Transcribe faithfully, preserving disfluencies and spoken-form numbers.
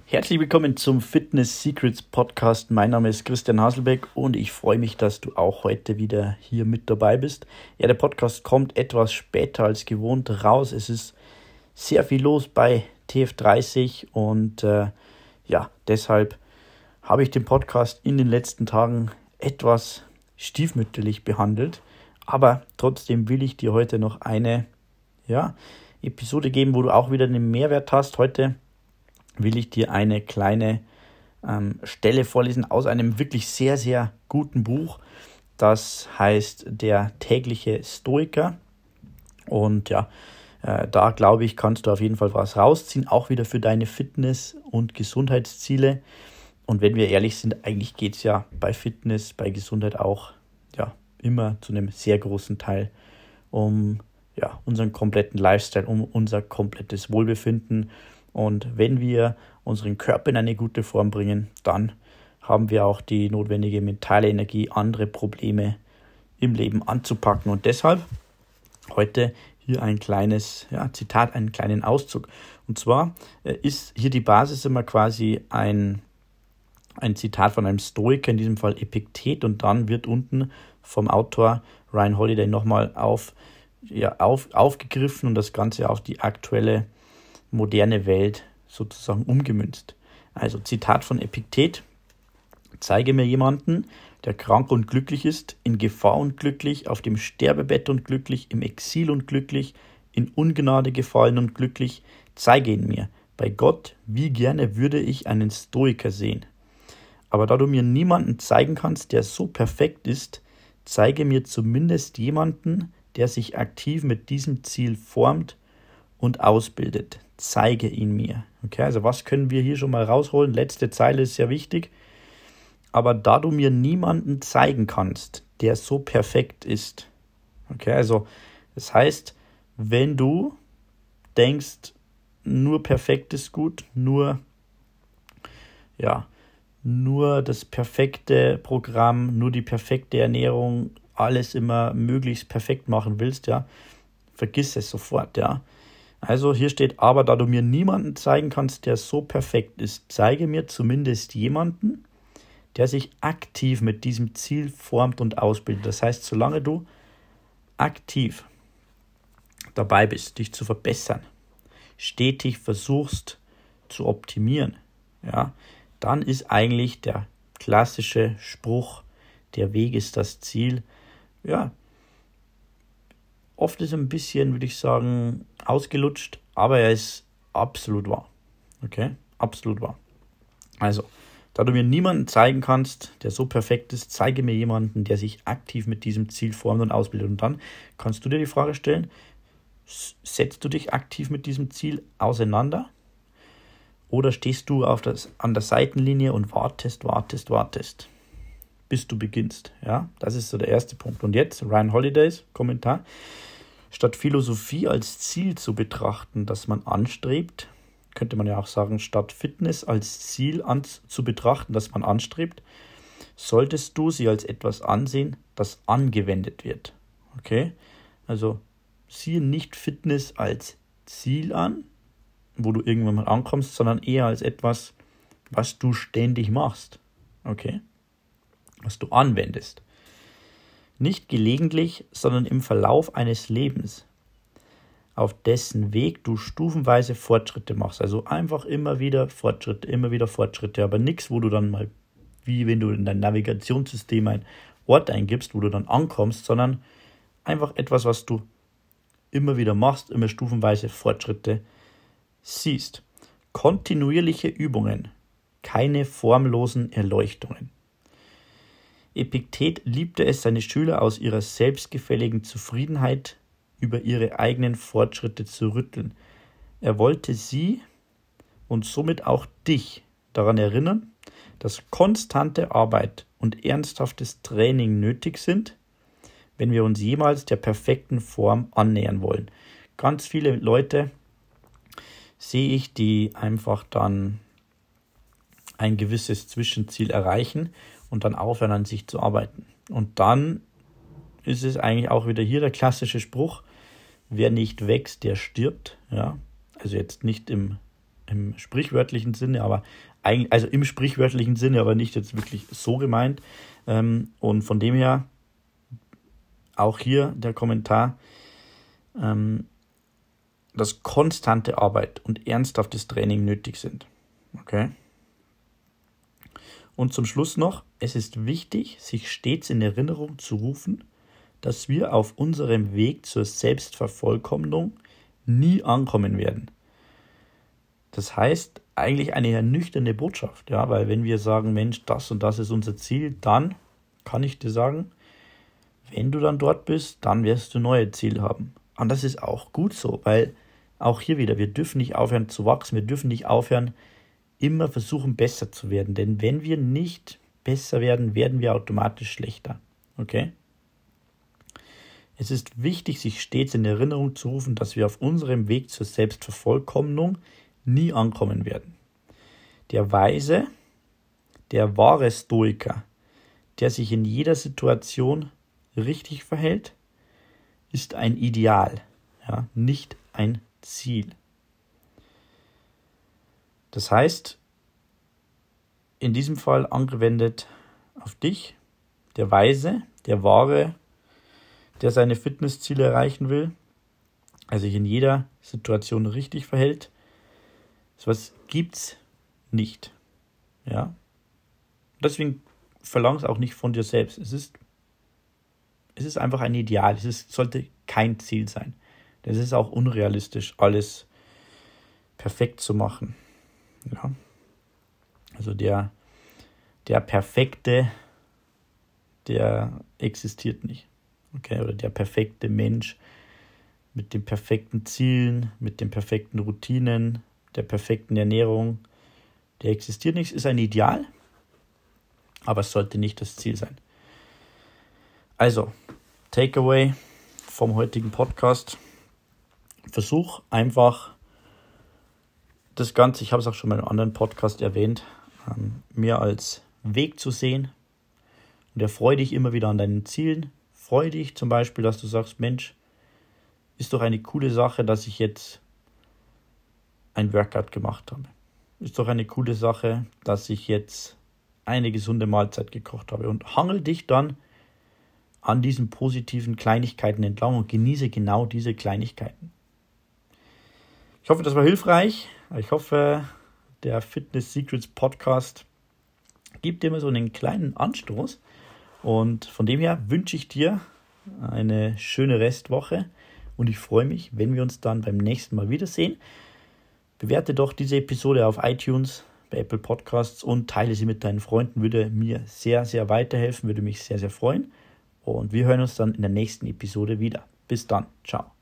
Herzlich willkommen zum Fitness Secrets Podcast. Mein Name ist Christian Haselbeck und ich freue mich, dass du auch heute wieder hier mit dabei bist. Ja, der Podcast kommt etwas später als gewohnt raus. Es ist sehr viel los bei T F dreißig und äh, ja, deshalb habe ich den Podcast in den letzten Tagen etwas stiefmütterlich behandelt. Aber trotzdem will ich dir heute noch eine ja, Episode geben, wo du auch wieder einen Mehrwert hast. Heute will ich dir eine kleine ähm, Stelle vorlesen aus einem wirklich sehr, sehr guten Buch. Das heißt Der tägliche Stoiker. Und ja, äh, da glaube ich, kannst du auf jeden Fall was rausziehen, auch wieder für deine Fitness- und Gesundheitsziele. Und wenn wir ehrlich sind, eigentlich geht es ja bei Fitness, bei Gesundheit auch ja, immer zu einem sehr großen Teil um ja, unseren kompletten Lifestyle, um unser komplettes Wohlbefinden. Und wenn wir unseren Körper in eine gute Form bringen, dann haben wir auch die notwendige mentale Energie, andere Probleme im Leben anzupacken. Und deshalb heute hier ein kleines ja, Zitat, einen kleinen Auszug. Und zwar äh, ist hier die Basis immer quasi ein, ein Zitat von einem Stoiker, in diesem Fall Epiktet. Und dann wird unten vom Autor Ryan Holiday nochmal auf, ja, auf, aufgegriffen und das Ganze auf die aktuelle moderne Welt sozusagen umgemünzt. Also Zitat von Epiktet: Zeige mir jemanden, der krank und glücklich ist, in Gefahr und glücklich, auf dem Sterbebett und glücklich, im Exil und glücklich, in Ungnade gefallen und glücklich. Zeige ihn mir. Bei Gott, wie gerne würde ich einen Stoiker sehen. Aber da du mir niemanden zeigen kannst, der so perfekt ist, zeige mir zumindest jemanden, der sich aktiv mit diesem Ziel formt und ausbildet. Zeige ihn mir. Okay, also was können wir hier schon mal rausholen? Letzte Zeile ist sehr wichtig. Aber da du mir niemanden zeigen kannst, der so perfekt ist. Okay, also das heißt, wenn du denkst, nur perfekt ist gut, nur, ja, nur das perfekte Programm, nur die perfekte Ernährung, alles immer möglichst perfekt machen willst, ja, vergiss es sofort, ja. Also hier steht, aber da du mir niemanden zeigen kannst, der so perfekt ist, zeige mir zumindest jemanden, der sich aktiv mit diesem Ziel formt und ausbildet. Das heißt, solange du aktiv dabei bist, dich zu verbessern, stetig versuchst zu optimieren, ja, dann ist eigentlich der klassische Spruch, der Weg ist das Ziel, ja, oft ist er ein bisschen, würde ich sagen, ausgelutscht, aber er ist absolut wahr. Okay, absolut wahr. Also, da du mir niemanden zeigen kannst, der so perfekt ist, zeige mir jemanden, der sich aktiv mit diesem Ziel formt und ausbildet. Und dann kannst du dir die Frage stellen, setzt du dich aktiv mit diesem Ziel auseinander? Oder stehst du auf das, an der Seitenlinie und wartest, wartest, wartest, bis du beginnst? Ja, das ist so der erste Punkt. Und jetzt Ryan Holidays Kommentar. Statt Philosophie als Ziel zu betrachten, das man anstrebt, könnte man ja auch sagen, statt Fitness als Ziel an, zu betrachten, das man anstrebt, solltest du sie als etwas ansehen, das angewendet wird. Okay? Also siehe nicht Fitness als Ziel an, wo du irgendwann mal ankommst, sondern eher als etwas, was du ständig machst. Okay? Was du anwendest. Nicht gelegentlich, sondern im Verlauf eines Lebens, auf dessen Weg du stufenweise Fortschritte machst. Also einfach immer wieder Fortschritte, immer wieder Fortschritte, aber nichts, wo du dann mal, wie wenn du in dein Navigationssystem einen Ort eingibst, wo du dann ankommst, sondern einfach etwas, was du immer wieder machst, immer stufenweise Fortschritte siehst. Kontinuierliche Übungen, keine formlosen Erleuchtungen. Epiktet liebte es, seine Schüler aus ihrer selbstgefälligen Zufriedenheit über ihre eigenen Fortschritte zu rütteln. Er wollte sie und somit auch dich daran erinnern, dass konstante Arbeit und ernsthaftes Training nötig sind, wenn wir uns jemals der perfekten Form annähern wollen. Ganz viele Leute sehe ich, die einfach dann ein gewisses Zwischenziel erreichen und dann aufhören, an sich zu arbeiten. Und dann ist es eigentlich auch wieder hier der klassische Spruch, wer nicht wächst, der stirbt. Ja? Also jetzt nicht im im sprichwörtlichen Sinne, aber eigentlich, also im sprichwörtlichen Sinne, aber nicht jetzt wirklich so gemeint. Ähm, und von dem her auch hier der Kommentar, ähm, dass konstante Arbeit und ernsthaftes Training nötig sind. Okay? Und zum Schluss noch, es ist wichtig, sich stets in Erinnerung zu rufen, dass wir auf unserem Weg zur Selbstvervollkommnung nie ankommen werden. Das heißt, eigentlich eine ernüchternde Botschaft, ja, weil wenn wir sagen, Mensch, das und das ist unser Ziel, dann kann ich dir sagen, wenn du dann dort bist, dann wirst du neue Ziele haben. Und das ist auch gut so, weil auch hier wieder, wir dürfen nicht aufhören zu wachsen, wir dürfen nicht aufhören, immer versuchen, besser zu werden. Denn wenn wir nicht besser werden, werden wir automatisch schlechter. Okay? Es ist wichtig, sich stets in Erinnerung zu rufen, dass wir auf unserem Weg zur Selbstvervollkommnung nie ankommen werden. Der Weise, der wahre Stoiker, der sich in jeder Situation richtig verhält, ist ein Ideal, ja, nicht ein Ziel. Das heißt, in diesem Fall angewendet auf dich, der Weise, der Wahre, der seine Fitnessziele erreichen will, der sich in jeder Situation richtig verhält, sowas gibt's nicht. Ja? Deswegen verlang es auch nicht von dir selbst. Es ist, es ist einfach ein Ideal. Es ist, sollte kein Ziel sein. Das ist auch unrealistisch, alles perfekt zu machen. Ja? Also der, der Perfekte, der existiert nicht. Okay? Oder der perfekte Mensch mit den perfekten Zielen, mit den perfekten Routinen, der perfekten Ernährung, der existiert nicht, ist ein Ideal, aber es sollte nicht das Ziel sein. Also, Takeaway vom heutigen Podcast. Versuch einfach das Ganze, ich habe es auch schon mal in einem anderen Podcast erwähnt, ähm, mehr als Weg zu sehen. Und erfreue dich immer wieder an deinen Zielen. Freue dich zum Beispiel, dass du sagst, Mensch, ist doch eine coole Sache, dass ich jetzt ein Workout gemacht habe. Ist doch eine coole Sache, dass ich jetzt eine gesunde Mahlzeit gekocht habe. Und hangel dich dann an diesen positiven Kleinigkeiten entlang und genieße genau diese Kleinigkeiten. Ich hoffe, das war hilfreich. Ich hoffe, der Fitness Secrets Podcast gibt dir immer so einen kleinen Anstoß. Und von dem her wünsche ich dir eine schöne Restwoche. Und ich freue mich, wenn wir uns dann beim nächsten Mal wiedersehen. Bewerte doch diese Episode auf iTunes, bei Apple Podcasts und teile sie mit deinen Freunden. Würde mir sehr, sehr weiterhelfen, würde mich sehr, sehr freuen. Und wir hören uns dann in der nächsten Episode wieder. Bis dann. Ciao.